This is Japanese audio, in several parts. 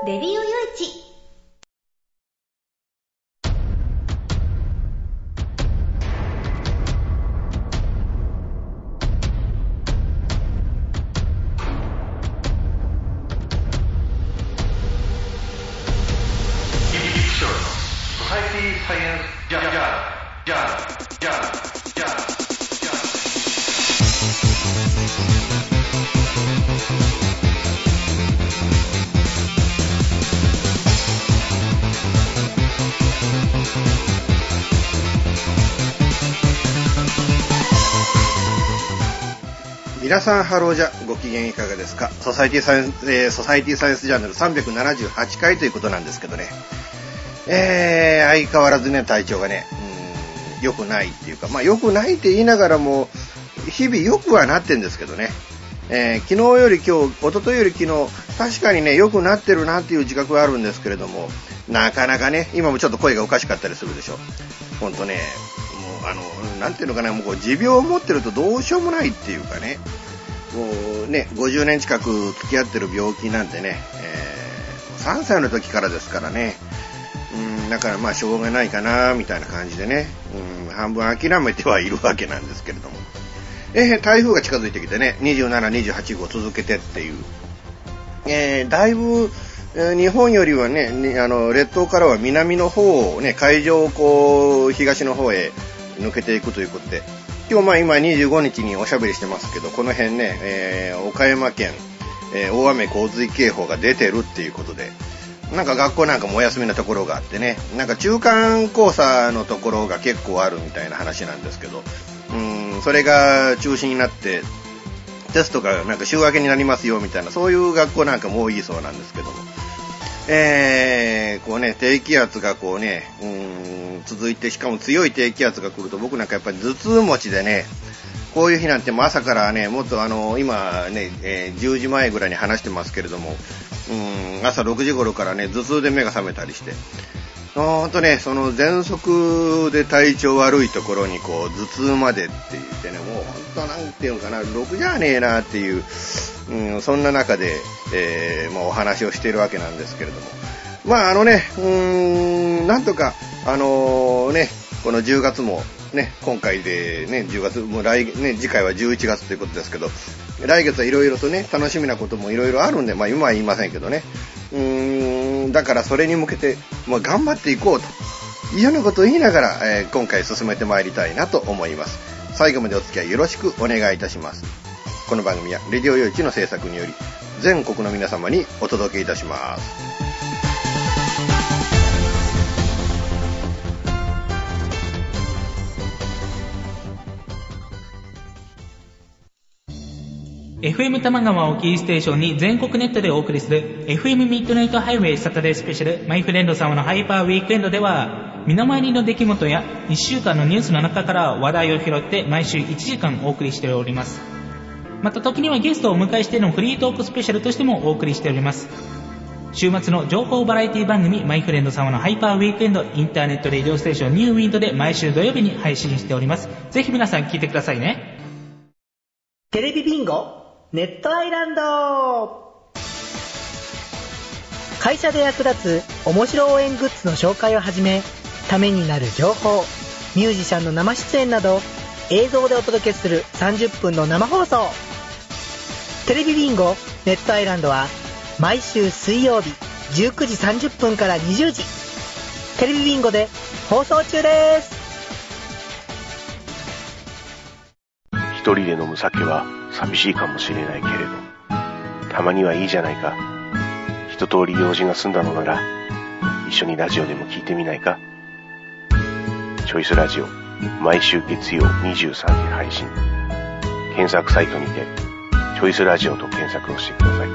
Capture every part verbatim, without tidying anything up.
レディオよいち。 皆さんハローじゃ、ご機嫌いかがですか。ソサイティサイエンス、えー、ソサイティサイエンスジャーナルさんびゃくななじゅうはちかいということなんですけどね、えー、相変わらずね体調がねうーん良くないっていうか、まあ良くないって言いながらも日々良くはなってんですけどね、えー、昨日より今日、一昨日より昨日、確かにね良くなってるなっていう自覚はあるんですけれども、なかなかね、今もちょっと声がおかしかったりするでしょ。ほんとね、もうあのなんていうのかな、もうこう持病を持ってるとどうしようもないっていうかね、もうねごじゅうねん近く付き合ってる病気なんてね、えー、さんさいの時からですからね、うんだからまあしょうがないかなみたいな感じでね、うん半分諦めてはいるわけなんですけれども、えー、台風が近づいてきてねにじゅうなな、にじゅうはちごう続けてっていう、えー、だいぶ日本よりはね、あの列島からは南の方をね、海上をこう東の方へ抜けていくということで、今日まあ今にじゅうごにちにおしゃべりしてますけど、この辺ね、えー、岡山県、えー、大雨洪水警報が出てるっていうことで、なんか学校なんかもお休みなところがあってね、なんか中間考査のところが結構あるみたいな話なんですけど、うーんそれが中止になってテストがなんか週明けになりますよみたいな、そういう学校なんかも多いそうなんですけども、えー、こうね低気圧がこうねうーん続いて、しかも強い低気圧が来ると、僕なんかやっぱり頭痛持ちでね、こういう日なんても朝からね、もっとあの今ね、えー、じゅうじまえぐらいに話してますけれども、うーん朝ろくじ頃からね頭痛で目が覚めたりして、ほんとね、その喘息で体調悪いところにこう頭痛までって言ってね、もうほんとなんていうのかな、ろくじゃねえなっていう、うん、そんな中で、えーまあ、お話をしているわけなんですけれども、まああのね、うーんなんとかあのー、ねこのじゅうがつもね、今回でねじゅうがつもう来ね次回はじゅういちがつということですけど、来月はいろいろとね楽しみなこともいろいろあるんで、まあ今は言いませんけどね、うーんだからそれに向けて、まあ、頑張っていこうというようなことを言いながら、えー、今回進めてまいりたいなと思います。最後までお付き合いよろしくお願いいたします。この番組はレディオよいちの制作により全国の皆様にお届けいたします。 エフエム 多摩川をキーステーションに全国ネットでお送りする エフエム ミッドナイトハイウェイサタデースペシャルマイフレンド様のハイパーウィークエンドでは、身の回りの出来事やいっしゅうかんのニュースの中から話題を拾って毎週いちじかんお送りしております。また時にはゲストをお迎えしてのフリートークスペシャルとしてもお送りしております。週末の情報バラエティ番組マイフレンド様のハイパーウィークエンド、インターネットレディオステーションニューウィンドで毎週土曜日に配信しております。ぜひ皆さん聞いてくださいね。 テレビビンゴネットアイランド。会社で役立つ面白応援グッズの紹介をはじめ、ためになる情報、ミュージシャンの生出演など映像でお届けするさんじゅっぷんの生放送。テレビビンゴネットアイランドは毎週水曜日じゅうくじさんじゅっぷんからにじゅうじ、テレビビンゴで放送中です。 一人で飲む酒は寂しいかもしれないけれど、たまにはいいじゃないか。一通り用事が済んだのなら一緒にラジオでも聞いてみないか。チョイスラジオ、毎週月曜にじゅうさんじ配信。検索サイトにてチョイスラジオと検索をしてください。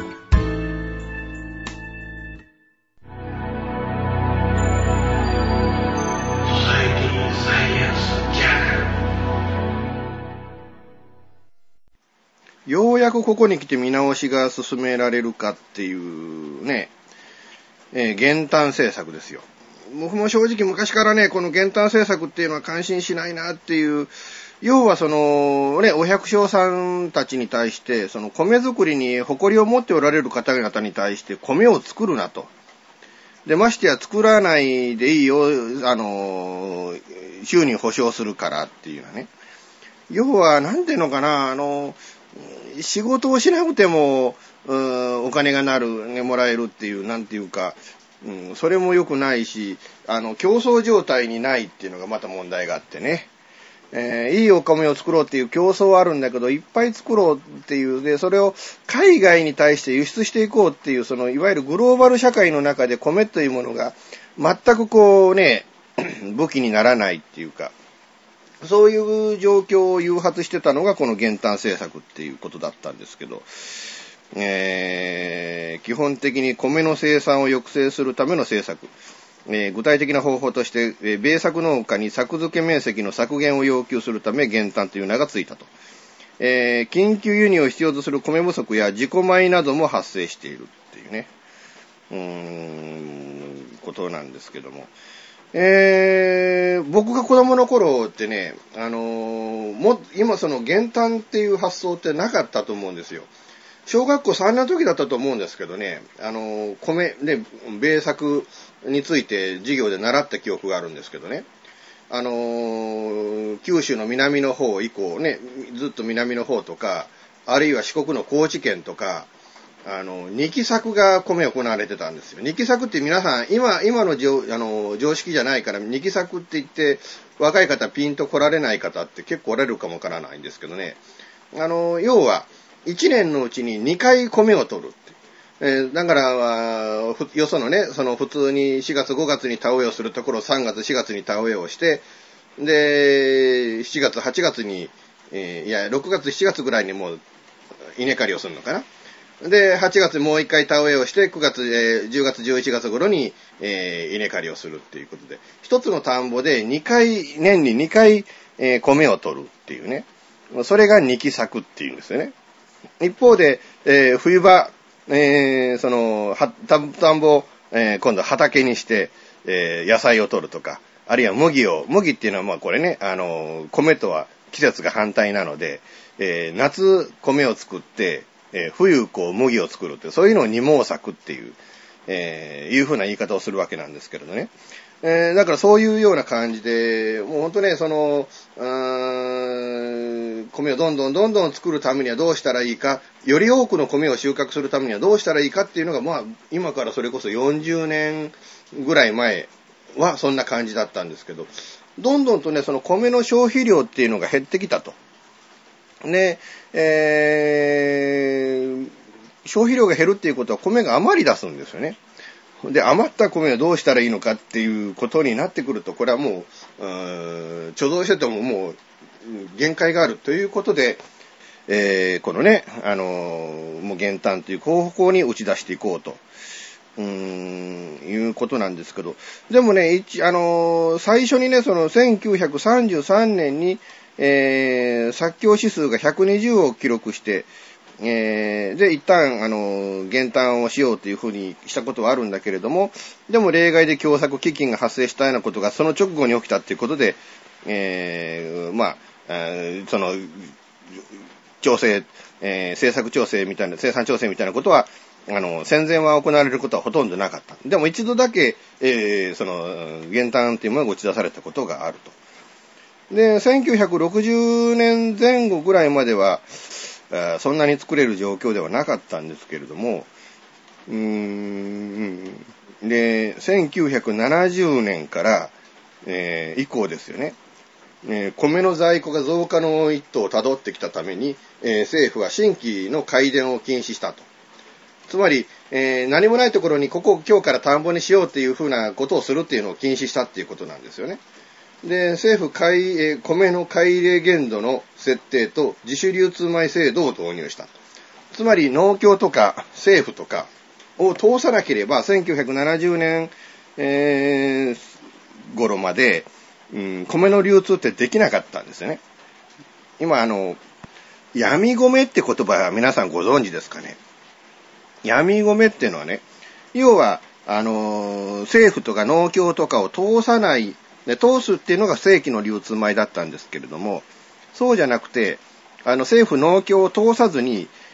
ようやくここに来て見直しが進められるかっていうね、えー、減反政策ですよ。僕も正直昔からね、この減反政策っていうのは感心しないなっていう、要はそのね、お百姓さんたちに対して、その米作りに誇りを持っておられる方々に対して米を作るなと。 で、ましてや作らないでいいよ、あの、収入保証するからっていうのはね。要は、なんていうのかな、あの、仕事をしなくても、うん、お金がなる、ね、もらえるっていう、なんていうか、うん、それも良くないし、あの、競争状態にないっていうのがまた問題があってね。えー、いいお米を作ろうっていう競争はあるんだけど、いっぱい作ろうっていう、で、それを海外に対して輸出していこうっていう、その、いわゆるグローバル社会の中で米というものが、全くこうね、武器にならないっていうか、そういう状況を誘発してたのがこの減反政策っていうことだったんですけど、えー、基本的に米の生産を抑制するための政策、えー、具体的な方法として、えー、米作農家に作付け面積の削減を要求するため減反という名がついたと、えー、緊急輸入を必要とする米不足や自己米なども発生しているっていうね、うーん、ことなんですけども、えー、僕が子供の頃ってね、あのー、も、今その減反っていう発想ってなかったと思うんですよ。小学校さんねんの時だったと思うんですけどね、あのー、米、ね、米作について授業で習った記憶があるんですけどね、あのー、九州の南の方以降ね、ずっと南の方とか、あるいは四国の高知県とか、あの、二期作が米行われてたんですよ。二期作って皆さん、今、今の常、あの、常識じゃないから、二期作って言って、若い方ピンと来られない方って結構おられるかもわからないんですけどね。あの、要は、一年のうちに二回米を取るって。えー、だから、よそのね、その普通にしがつごがつに田植えをするところ、さんがつしがつに田植えをして、で、しちがつはちがつに、えー、いや、ろくがつしちがつぐらいにもう稲刈りをするのかな。で、はちがつもう一回田植えをして、くがつ、えー、じゅうがつ、じゅういちがつ頃に、えー、稲刈りをするっていうことで、一つの田んぼでにかい、年ににかい、えー、米を取るっていうね。それが二期作っていうんですよね。一方で、えー、冬場、えー、その、は、田んぼを、えー、今度畑にして、えー、野菜を取るとか、あるいは麦を、麦っていうのはまあこれね、あの、米とは季節が反対なので、えー、夏米を作って、えー、冬こう麦を作るって、そういうのを二毛作っていう、えー、いうふうな言い方をするわけなんですけれどね。えー、だからそういうような感じで、もう本当ね、その、うーん、米をどんどんどんどん作るためにはどうしたらいいか、より多くの米を収穫するためにはどうしたらいいかっていうのが、まあ、今からそれこそよんじゅうねんぐらい前はそんな感じだったんですけど、どんどんとね、その米の消費量っていうのが減ってきたと。ね、えー、消費量が減るっていうことは米が余り出すんですよね。で、余った米をどうしたらいいのかっていうことになってくると、これはもう、うーん、貯蔵しててももう限界があるということで、えー、このね、あのー、もう減反という方向に打ち出していこうと。うーん、いうことなんですけど、でもね、一、あのー、最初にね、そのせんきゅうひゃくさんじゅうさんねんに、えー、作況指数がひゃくにじゅうを記録して、えー、で、一旦、あの、減反をしようというふうにしたことはあるんだけれども、でも例外で凶作基金が発生したようなことがその直後に起きたということで、えー、まあ、えー、その、調整、えー、政策調整みたいな、生産調整みたいなことは、あの、戦前は行われることはほとんどなかった。でも一度だけ、えー、その、減反というものが打ち出されたことがあると。で、せんきゅうひゃくろくじゅうねんぜん後ぐらいまでは、そんなに作れる状況ではなかったんですけれども、うーん、で、せんきゅうひゃくななじゅうねんから、えー、以降ですよね。えー、米の在庫が増加の一途をたどってきたために、えー、政府は新規の開田を禁止したと。つまり、えー、何もないところにここ今日から田んぼにしようっていうふうなことをするっていうのを禁止したっていうことなんですよね。で、政府買い、えー、米の買い入れ限度の設定と自主流通米制度を導入した。つまり農協とか政府とかを通さなければせんきゅうひゃくななじゅうねん、えー、頃まで、うん、米の流通ってできなかったんですよね。今あの、闇米って言葉は皆さんご存知ですかね。闇米っていうのはね、要は、あのー、政府とか農協とかを通さない、で通すっていうのが正規の流通米だったんですけれども、そうじゃなくて、あの政府農協を通さずに、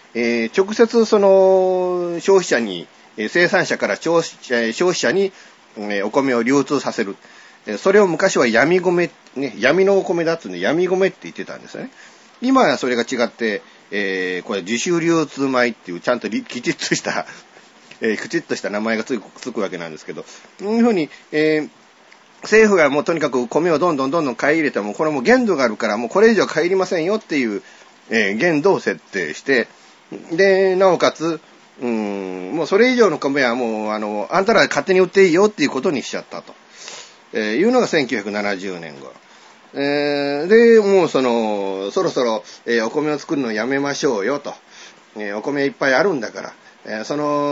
えー、直接その消費者に、生産者から消費者にお米を流通させる。それを昔は闇米、ね、闇のお米だっつうんで闇米って言ってたんですよね。今はそれが違って、えー、これ自主流通米っていうちゃんときちっとした、えー、きちっとした名前がつく、つくわけなんですけど、こういうふうに、えー、政府がもうとにかく米をどんどんどんどん買い入れても、これも限度があるからもうこれ以上買い入りませんよっていう、えー、限度を設定して、で、なおかつ、うーん、もうそれ以上の米はもう、あの、あんたら勝手に売っていいよっていうことにしちゃったと。えー、いうのがせんきゅうひゃくななじゅうねん頃。えー、で、もうその、そろそろ、えー、お米を作るのやめましょうよと。えー、お米いっぱいあるんだから、えー、そ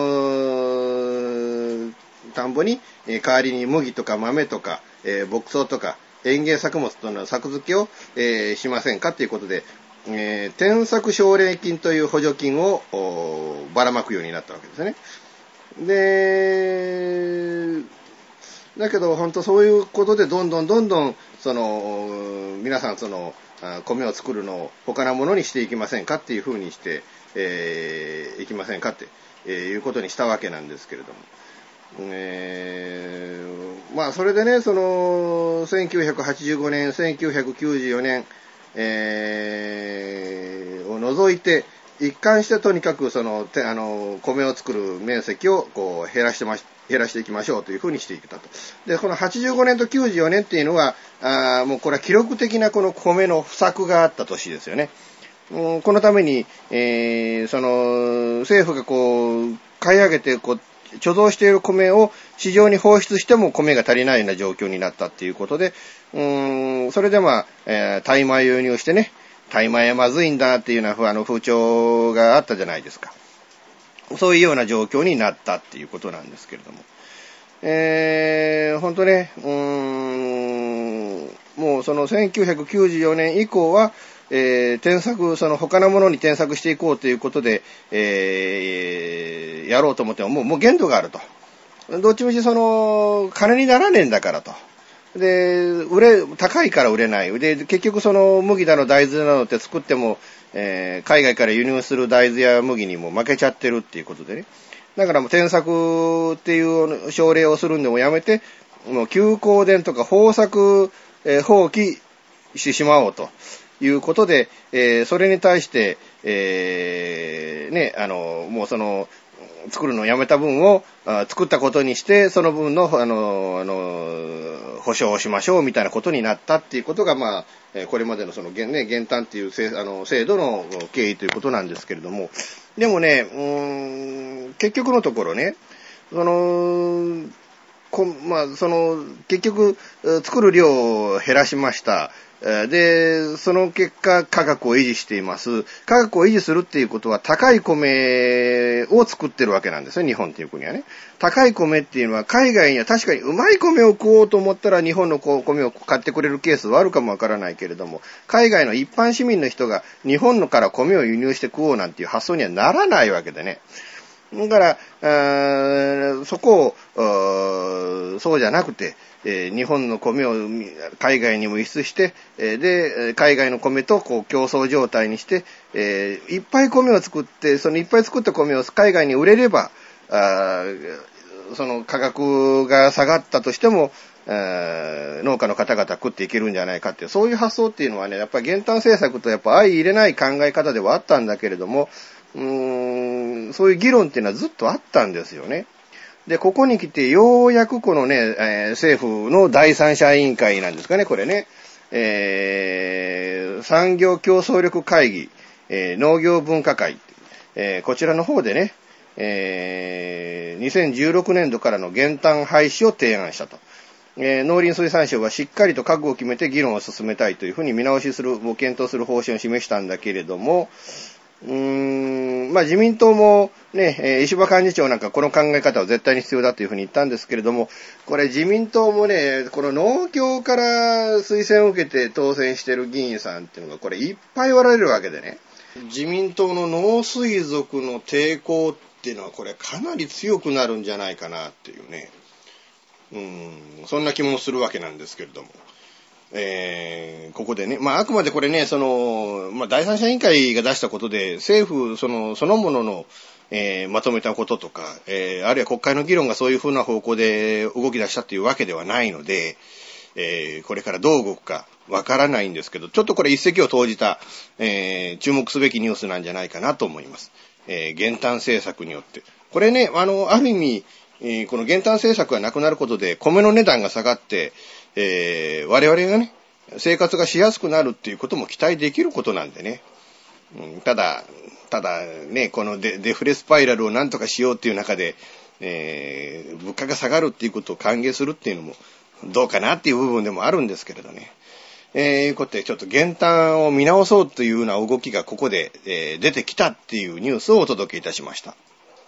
の、田んぼに、えー、代わりに麦とか豆とか、えー、牧草とか、園芸作物との作付けを、えー、しませんかということで、えー、転作奨励金という補助金をばらまくようになったわけですね。で、だけど本当そういうことでどんどんどんどんその皆さんその米を作るのを他のものにしていきませんかっていうふうにして、えー、いきませんかって、えー、いうことにしたわけなんですけれども、えー、まあそれでね、そのせんきゅうひゃくはちじゅうごねん、せんきゅうひゃくきゅうじゅうよねん、えー、を除いて一貫してとにかくそのてあの米を作る面積をこう減らしてま減らしていきましょうというふうにしていったと。で、このはちじゅうごねんときゅうじゅうよねんっていうのは、あもうこれは記録的なこの米の不作があった年ですよね。うん、このために、えー、その政府がこう買い上げてこう貯蔵している米を市場に放出しても米が足りないような状況になったっていうことで、うーん、それでまあ、えー、タイ米を輸入してね、タイ米はまずいんだっていうようなあの風潮があったじゃないですか。そういうような状況になったっていうことなんですけれども。えー、ほんとね、うーん、もうそのせんきゅうひゃくきゅうじゅうよねん以降は、えー、転作、その他のものに転作していこうということで、えー、やろうと思っても、もう、もう限度があると。どっちみちその、金にならねえんだからと。で、売れ、高いから売れない。で、結局その麦だの大豆などって作っても、えー、海外から輸入する大豆や麦にも負けちゃってるっていうことでね。だからもう転作っていう奨励をするんでもやめて、もう休耕田とか豊作、えー、放棄してしまおうということで、えー、それに対して、えー、ね、あの、もうその、作るのをやめた分を作ったことにして、その分の、あの、あの、保証をしましょうみたいなことになったっていうことが、まあ、これまでのその減、ね、減反っていうあの制度の経緯ということなんですけれども、でもね、うーん、結局のところね、その、こまあ、その、結局、作る量を減らしました。で、その結果、価格を維持しています。価格を維持するっていうことは、高い米を作ってるわけなんですよ、日本っていう国はね。高い米っていうのは、海外には確かにうまい米を食おうと思ったら、日本の米を買ってくれるケースはあるかもわからないけれども、海外の一般市民の人が日本のから米を輸入して食おうなんていう発想にはならないわけでね。だから、そこを、そうじゃなくて、えー、日本の米を海外にも輸出して、えー、で、海外の米とこう競争状態にして、えー、いっぱい米を作って、そのいっぱい作った米を海外に売れれば、あその価格が下がったとしても、農家の方々食っていけるんじゃないかっていう、そういう発想っていうのはね、やっぱり減反政策とやっぱ相入れない考え方ではあったんだけれども、うーん、そういう議論っていうのはずっとあったんですよね。で、ここに来てようやくこのね、えー、政府の第三者委員会なんですかね、これね、えー、産業競争力会議、えー、農業分科会、えー、こちらの方でね、えー、にせんじゅうろくねんどからの減反廃止を提案したと。えー、農林水産省はしっかりと覚悟を決めて議論を進めたいというふうに見直しする、を検討する方針を示したんだけれども、うーん、まあ自民党もね、えー、石破幹事長なんかこの考え方は絶対に必要だというふうに言ったんですけれども、これ自民党もね、この農協から推薦を受けて当選している議員さんっていうのがこれいっぱいおられるわけでね、自民党の農水族の抵抗っていうのはこれかなり強くなるんじゃないかなっていうね、うーん、そんな気もするわけなんですけれども。 えー、ここでね、まあ、あくまでこれね、その、まあ、第三者委員会が出したことで、政府、その、そのものの、えー、まとめたこととか、えー、あるいは国会の議論がそういうふうな方向で動き出したというわけではないので、えー、これからどう動くかわからないんですけど、ちょっとこれ一石を投じた、えー、注目すべきニュースなんじゃないかなと思います。えー、減反政策によって。これね、あの、ある意味、えー、この減反政策がなくなることで、米の値段が下がって、えー、我々がね、生活がしやすくなるっていうことも期待できることなんでね。うん、ただ、ただね、この デ, デフレスパイラルをなんとかしようっていう中で、えー、物価が下がるっていうことを歓迎するっていうのもどうかなっていう部分でもあるんですけれどね。えー、いうことでちょっと減反を見直そうというような動きがここで、えー、出てきたっていうニュースをお届けいたしました。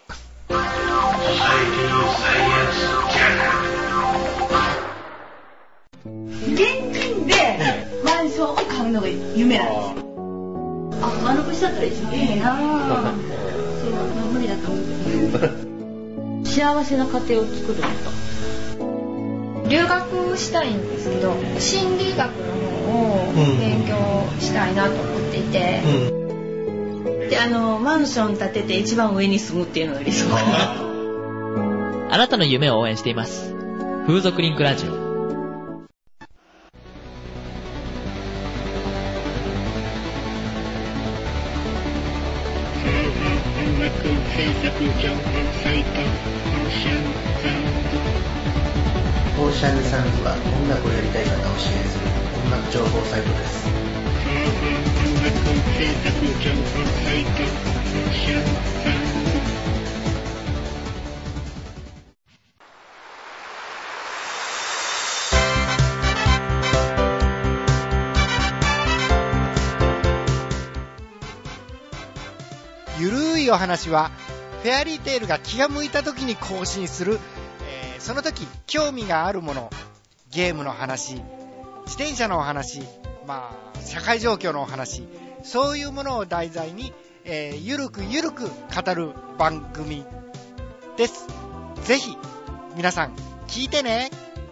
現金でマンションを買うのが夢なんですよ。あ、上乗せだったら一番いいなぁ。そう、無理だと思う。幸せな家庭を作るのと。留学したいんですけど、心理学の方を勉強したいなと思っていて、うん、で、あのマンション建てて一番上に住むっていうのが理想かな。 あなたの夢を応援しています。風俗リンクラジオ。 オーシャンサウンズは音楽をやりたい方を支援する音楽情報サイトです。 ゆるいお話はフェアリーテールが気が向いた時に更新する、えー、その時興味があるもの、ゲームの話、自転車のお話、まあ社会状況のお話、そういうものを題材に、えー、ゆるくゆるく語る番組です。ぜひ皆さん聞いてね。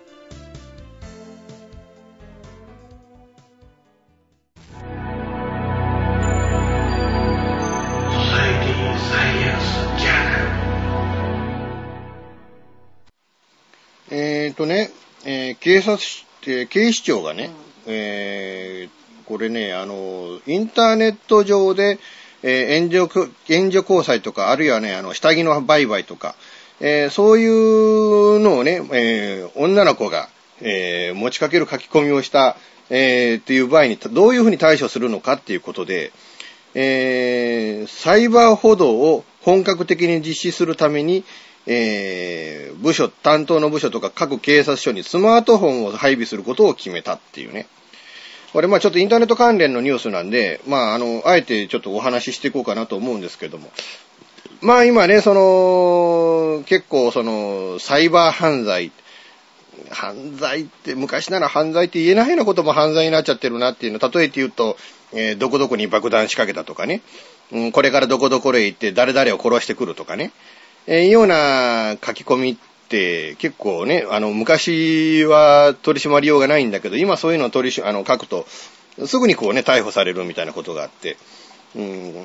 えーとね、えー、警察、えー、警視庁がね、うん、えー、これね、あの、インターネット上で、えー、援助、援助交際とか、あるいはね、あの、下着の売買とか、えー、そういうのをね、えー、女の子が、えー、持ちかける書き込みをした、えー、っていう場合に、どういうふうに対処するのかっていうことで、えー、サイバー補導を本格的に実施するために、えー、部署、担当の部署とか各警察署にスマートフォンを配備することを決めたっていうね。これまあちょっとインターネット関連のニュースなんで、まああの、あえてちょっとお話ししていこうかなと思うんですけども。まあ今ね、その、結構その、サイバー犯罪、犯罪って昔なら犯罪って言えないようなことも犯罪になっちゃってるなっていうの、例えて言うと、えー、どこどこに爆弾仕掛けたとかね、うん、これからどこどこへ行って誰々を殺してくるとかね、えー、ような書き込みって結構ね、あの昔は取り締まりようがないんだけど、今そういうのを取りあの書くとすぐにこうね逮捕されるみたいなことがあって、うん、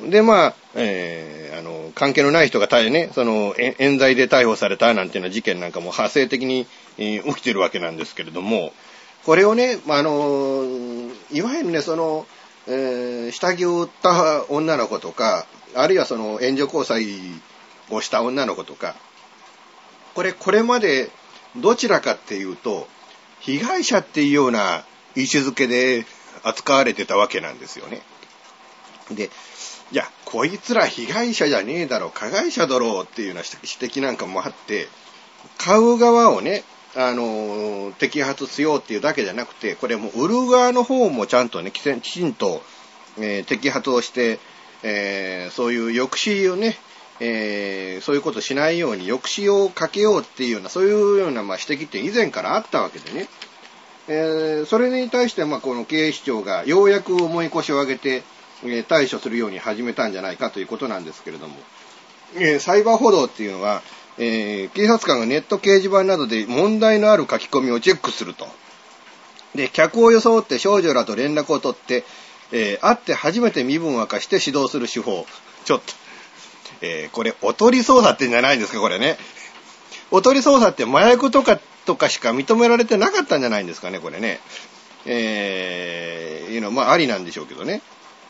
でまあ、えー、あの関係のない人がね、その冤罪で逮捕されたなんていうような事件なんかも派生的に、えー、起きてるわけなんですけれども、これをね、あのいわゆるねその、えー、下着を売った女の子とか、あるいはその援助交際をした女の子とか、これこれまでどちらかっていうと被害者っていうような位置づけで扱われてたわけなんですよね。で、いやこいつら被害者じゃねえだろう、加害者だろうっていうような指摘なんかもあって、買う側をね、あの摘発しようっていうだけじゃなくて、これもう売る側の方もちゃんとねきちんと、えー、摘発をして、えー、そういう抑止をね、えー、そういうことしないように抑止をかけようっていうような、そういうようなまあ指摘って以前からあったわけでね、えー、それに対してまあこの警視庁がようやく重い腰を上げて、えー、対処するように始めたんじゃないかということなんですけれども、えー、サイバー補導っていうのは、えー、警察官がネット掲示板などで問題のある書き込みをチェックするとで、客を装って少女らと連絡を取って、えー、会って初めて身分を明かして指導する手法。ちょっと、えー、これ、おとり捜査ってんじゃないんですか、これね。おとり捜査って麻薬とかとかしか認められてなかったんじゃないんですかね、これね。えー、いうの、まあ、ありなんでしょうけどね。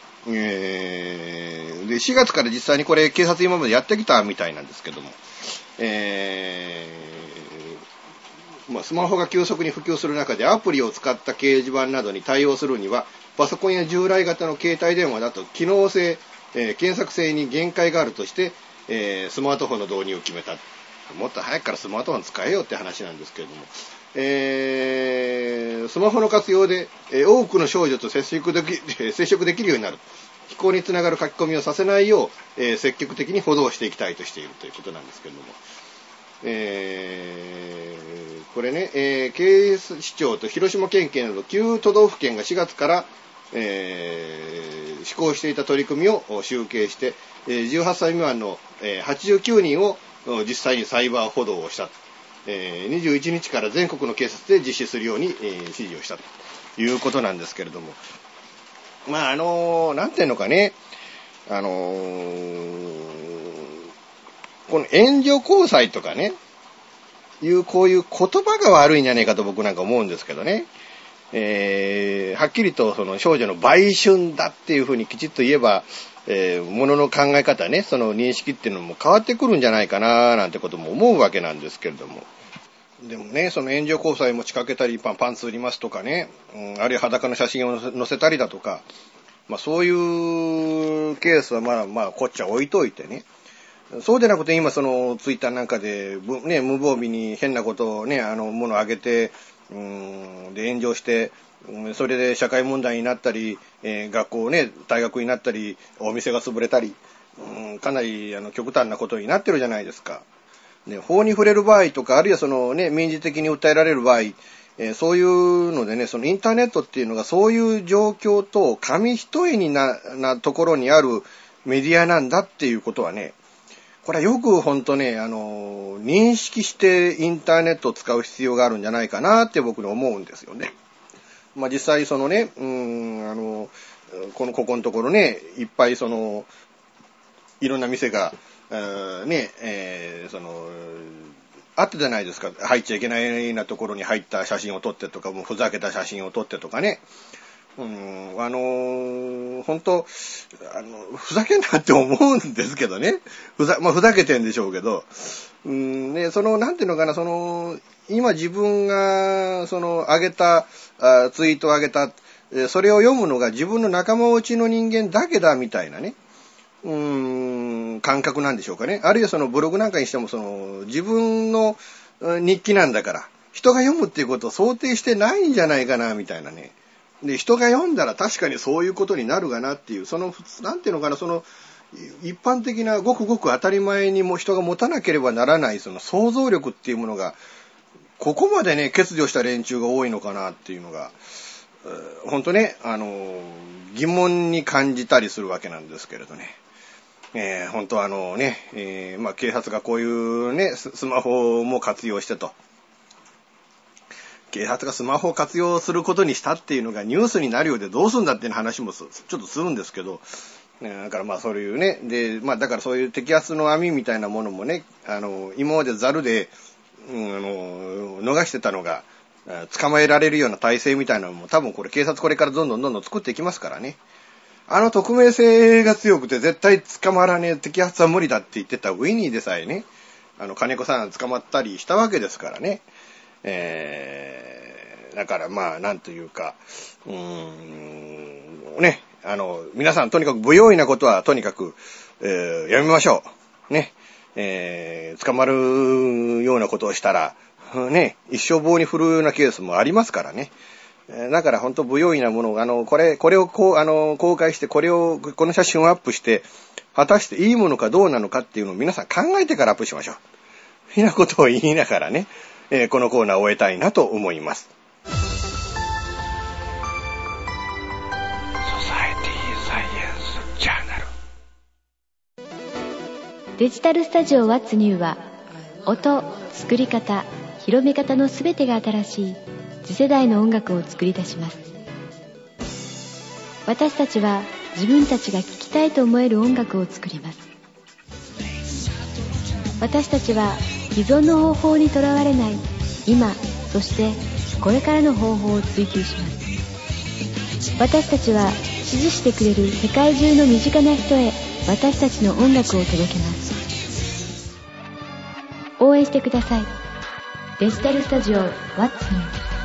えー、で、しがつから実際にこれ、警察今までやってきたみたいなんですけども。えー、まあ、スマホが急速に普及する中でアプリを使った掲示板などに対応するには、パソコンや従来型の携帯電話だと機能性、えー、検索性に限界があるとして、えー、スマートフォンの導入を決めた。もっと早くからスマートフォン使えよって話なんですけれども、えー、スマホの活用で、えー、多くの少女と接触でき、接触できるようになる。非行につながる書き込みをさせないよう、えー、積極的に補導していきたいとしているということなんですけれども、えー、これね、えー、警視庁と広島県警などきゅう都道府県がしがつから、えー、施行していた取り組みを集計して、えー、じゅうはっさい未満の、えー、はちじゅうきゅうにんを実際にサイバー補導をした、えー、にじゅういちにちから全国の警察で実施するように、えー、指示をしたということなんですけれども、まああのー、なんていうのかね、あのー、この援助交際とかね、いうこういう言葉が悪いんじゃねえかと僕なんか思うんですけどね、えー、はっきりとその少女の売春だっていうふうにきちっと言えば、えー、ものの考え方ね、その認識っていうのも変わってくるんじゃないかななんてことも思うわけなんですけれども、でもね、その援助交際持ちかけたり、パンパンツ売りますとかね、うん、あるいは裸の写真を載せたりだとか、まあそういうケースはまあまあこっちは置いといてね、そうでなくて今そのツイッターなんかでね、無防備に変なことをね、あのものを上げて、うん、で炎上して、それで社会問題になったり、えー、学校ね、大学になったり、お店が潰れたり、うん、かなりあの極端なことになってるじゃないですか。で、法に触れる場合とか、あるいはそのね、民事的に訴えられる場合、えー、そういうのでね、そのインターネットっていうのがそういう状況と紙一重にな、なところにあるメディアなんだっていうことはね、これはよく本当ね、あの、認識してインターネットを使う必要があるんじゃないかなって僕に思うんですよね。まあ実際そのね、うーん、あの、この、ここのところね、いっぱいその、いろんな店が、ね、えー、その、あったじゃないですか。入っちゃいけないなところに入った写真を撮ってとか、もうふざけた写真を撮ってとかね。うん、あのー、本当あの、ふざけんなって思うんですけどね。ふざ、まあ、ふざけてんでしょうけど。うん、ね、その、なんていうのかな、その、今自分が、その、上げた、あツイートを上げた、それを読むのが自分の仲間内の人間だけだみたいなね。うーん、感覚なんでしょうかね。あるいはそのブログなんかにしても、その、自分の日記なんだから、人が読むっていうことを想定してないんじゃないかな、みたいなね。で、人が読んだら確かにそういうことになるがなっていう、その、なんていうのかな、その、一般的なごくごく当たり前にも人が持たなければならない、その想像力っていうものが、ここまでね、欠如した連中が多いのかなっていうのが、本当ね、あの、疑問に感じたりするわけなんですけれどね。えー、本当はあのね、えー、まあ警察がこういうね、ス, スマホも活用してと。警察がスマホを活用することにしたっていうのがニュースになるようでどうするんだっていう話もちょっとするんですけど、だからまあそういうね、で、まあだからそういう摘発の網みたいなものもね、あの、今までザルで、うん、あの、逃してたのが、捕まえられるような体制みたいなのも多分これ警察これからどんどんどんどん作っていきますからね。あの匿名性が強くて絶対捕まらねえ、摘発は無理だって言ってたウィニーでさえね、あの金子さん捕まったりしたわけですからね。えー、だからまあなんというか、うーん、ね、あの、皆さんとにかく不用意なことはとにかく、えー、やめましょう。ね。えー、捕まるようなことをしたら、ね、一生棒に振るようなケースもありますからね。だから本当不用意なものを、あの、これ、これをこう、あの、公開して、これを、この写真をアップして、果たしていいものかどうなのかっていうのを皆さん考えてからアップしましょう。そんなことを言いながらね、えー、このコーナーを終えたいなと思います。ソサエティサイエンスジャーナル。 デジタルスタジオ What's New は、音、作り方、広め方のすべてが新しい次世代の音楽を作り出します。私たちは自分たちが聴きたいと思える音楽を作ります。私たちは既存の方法にとらわれない今、そしてこれからの方法を追求します。私たちは支持してくれる世界中の身近な人へ私たちの音楽を届けます。応援してください。デジタルスタジオ What's New。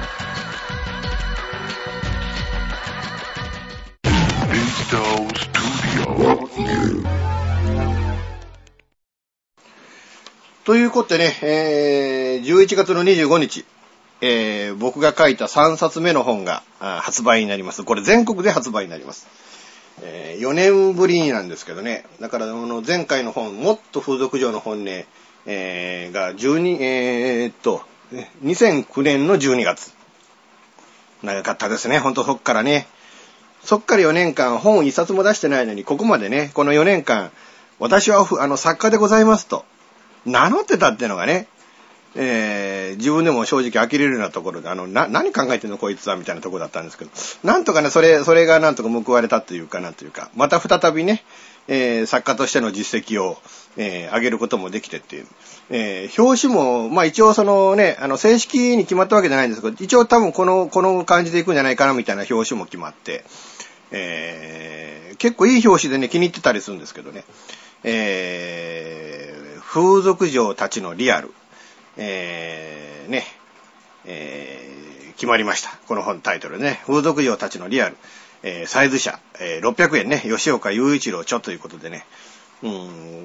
ということでね、えー、じゅういちがつのにじゅうごにち、えー、僕が書いたさんさつめの本が発売になります。これ全国で発売になります。えー、よねんぶりなんですけどね。だからあの前回の本、もっと風俗嬢の本音、えー、がじゅうに、えー、っと、にせんきゅうねんのじゅうにがつ。長かったですね。ほんとそっからね。そっからよねんかん本一冊も出してないのに、ここまでね、このよねんかん、私はあの作家でございますと名乗ってたっていうのがね、えー、自分でも正直呆れるようなところで、あの、な、何考えてんのこいつはみたいなところだったんですけど、なんとかね、それ、それがなんとか報われたというかなんというか、また再びね、えー、作家としての実績を、えー、上げることもできてっていう。えー、表紙も、まあ一応そのね、あの、正式に決まったわけじゃないんですけど、一応多分この、この感じでいくんじゃないかなみたいな表紙も決まって、えー、結構いい表紙でね、気に入ってたりするんですけどね、えー、風俗嬢たちのリアル、えー、ね、えー、決まりました。この本タイトルね、風俗嬢たちのリアル、えー、サイズ社、えー、ろっぴゃくえんね、吉岡雄一郎著ということでね、うん、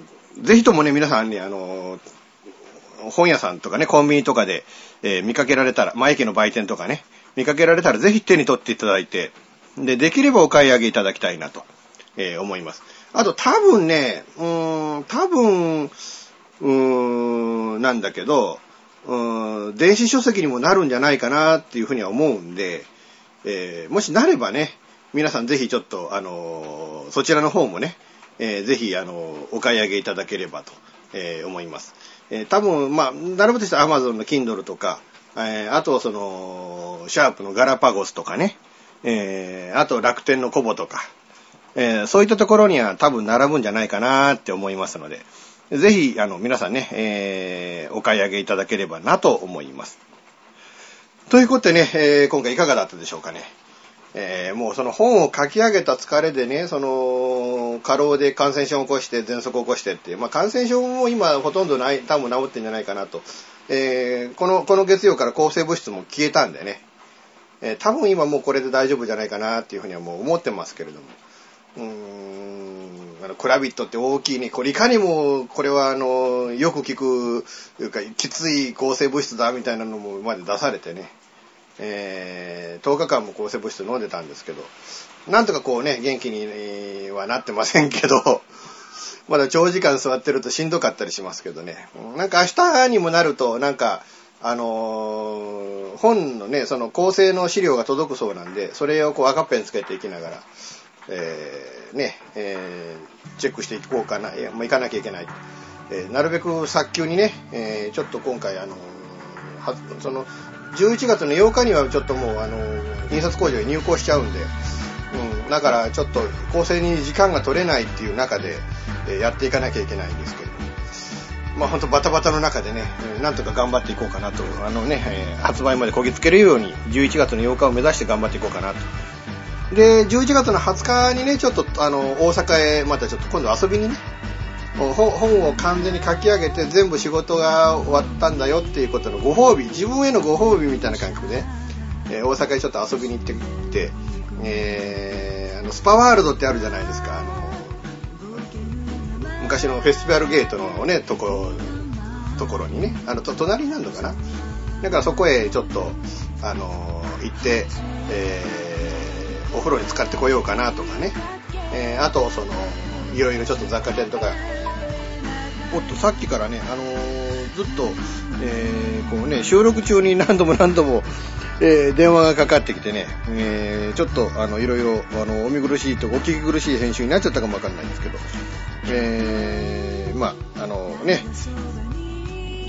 ぜひともね、皆さんね、あのー、本屋さんとかね、コンビニとかで、えー、見かけられたら、まあ、駅の売店とかね、見かけられたらぜひ手に取っていただいて、で、できればお買い上げいただきたいなと、えー、思います。あと多分ね、うーん、多分、うーん、なんだけど、うーん、電子書籍にもなるんじゃないかなっていうふうには思うんで、えー、もしなればね、皆さんぜひちょっと、あのー、そちらの方もね、えー、ぜひ、あのー、お買い上げいただければと、えー、思います。えー、多分、まあ、並ぶとしたら Amazon の Kindle とか、えー、あと、その、シャープのガラパゴスとかね、えー、あと楽天のコボとか、えー、そういったところには多分並ぶんじゃないかなって思いますので、ぜひ、あの、皆さんね、えー、お買い上げいただければなと思います。ということでね、えー、今回いかがだったでしょうかね。えー、もうその本を書き上げた疲れでね、その、過労で感染症を起こして、喘息を起こしてって、まあ感染症も今ほとんどない、多分治ってんじゃないかなと。えー、この、この月曜から抗生物質も消えたんでね、えー、多分今もうこれで大丈夫じゃないかなっていうふうにはもう思ってますけれども。うーん、あのクラビットって大きいね、これいかにもこれはあのよく聞くというかきつい抗生物質だみたいなのもまで出されてね、えー、とおかかんも抗生物質飲んでたんですけど、なんとかこうね元気にはなってませんけど、まだ長時間座ってるとしんどかったりしますけどね。なんか明日にもなるとなんかあのー、本のねその構成の資料が届くそうなんで、それをこう赤ペンつけていきながら。えー、ね、えー、チェックしていこうかな、いや、もう行かなきゃいけない。えー、なるべく早急にね、えー、ちょっと今回あのはそのじゅういちがつのようかにはちょっともうあの印刷工場に入稿しちゃうんで、うん、だからちょっと構成に時間が取れないっていう中で、えー、やっていかなきゃいけないんですけど、まあ本当バタバタの中でね、えー、なんとか頑張っていこうかなと、あのね、えー、発売までこぎつけるようにじゅういちがつのようかを目指して頑張っていこうかなと。で、じゅういちがつのはつかにね、ちょっと、あの、大阪へ、またちょっと今度遊びにね、本を完全に書き上げて、全部仕事が終わったんだよっていうことのご褒美、自分へのご褒美みたいな感覚で、えー、大阪へちょっと遊びに行ってきて、えー、あの、スパワールドってあるじゃないですか、あの、昔のフェスティバルゲートのね、ところ、ところにね、あの、と、隣になるのかな。だからそこへちょっと、あの、行って、えー、お風呂に使ってこようかなとかね、えー、あとそのいろいろちょっと雑貨店とか、おっとさっきからね、あのー、ずっと、えー、こうね収録中に何度も何度も、えー、電話がかかってきてね、えー、ちょっとあのいろいろあのお見苦しいとお聞き苦しい編集になっちゃったかもわかんないんですけど、えー、まああのね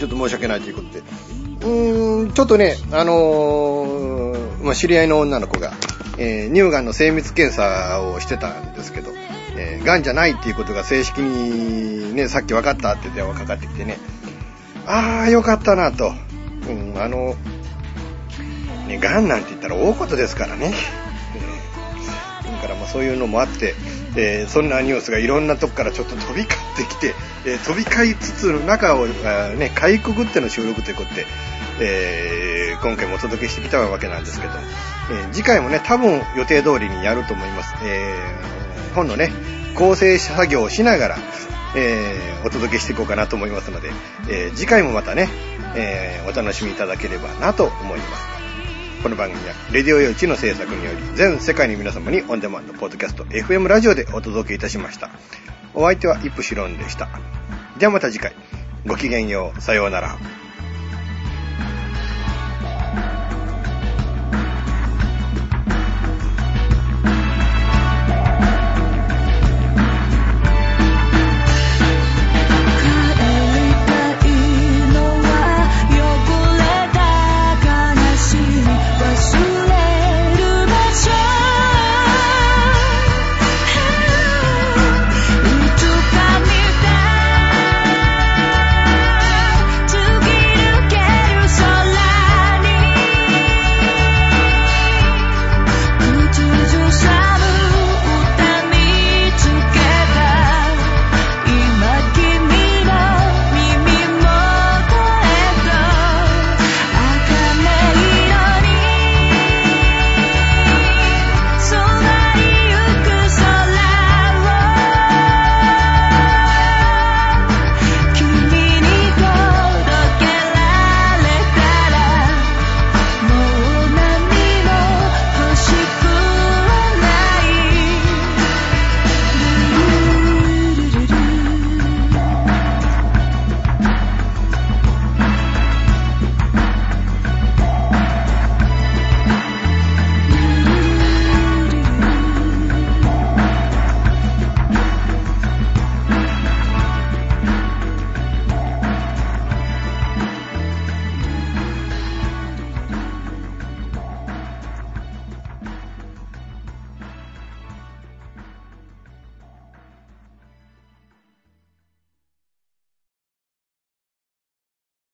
ちょっと申し訳ないということで。うーん、ちょっとね、あのー、まあ、知り合いの女の子が、えー、乳がんの精密検査をしてたんですけど、えー、がんじゃないっていうことが正式にね、さっき分かったって電話かかってきてね、あー、よかったなと。うん、あの、ね、がんなんて言ったら大事ですからね。えー、だからまあそういうのもあって、えー、そんなニュースがいろんなとこからちょっと飛び交ってきて、えー、飛び交いつつの中を、ね、かいくぐっての収録ということで、えー、今回もお届けしてきたわけなんですけど、えー、次回もね、多分予定通りにやると思います。えー、本のね、構成作業をしながら、えー、お届けしていこうかなと思いますので、えー、次回もまたね、えー、お楽しみいただければなと思います。この番組はレディオ用地の制作により全世界の皆様にオンデマンドポッドキャスト エフエム ラジオでお届けいたしました。お相手はイプシロンでした。ではまた次回、ごきげんよう、さようなら。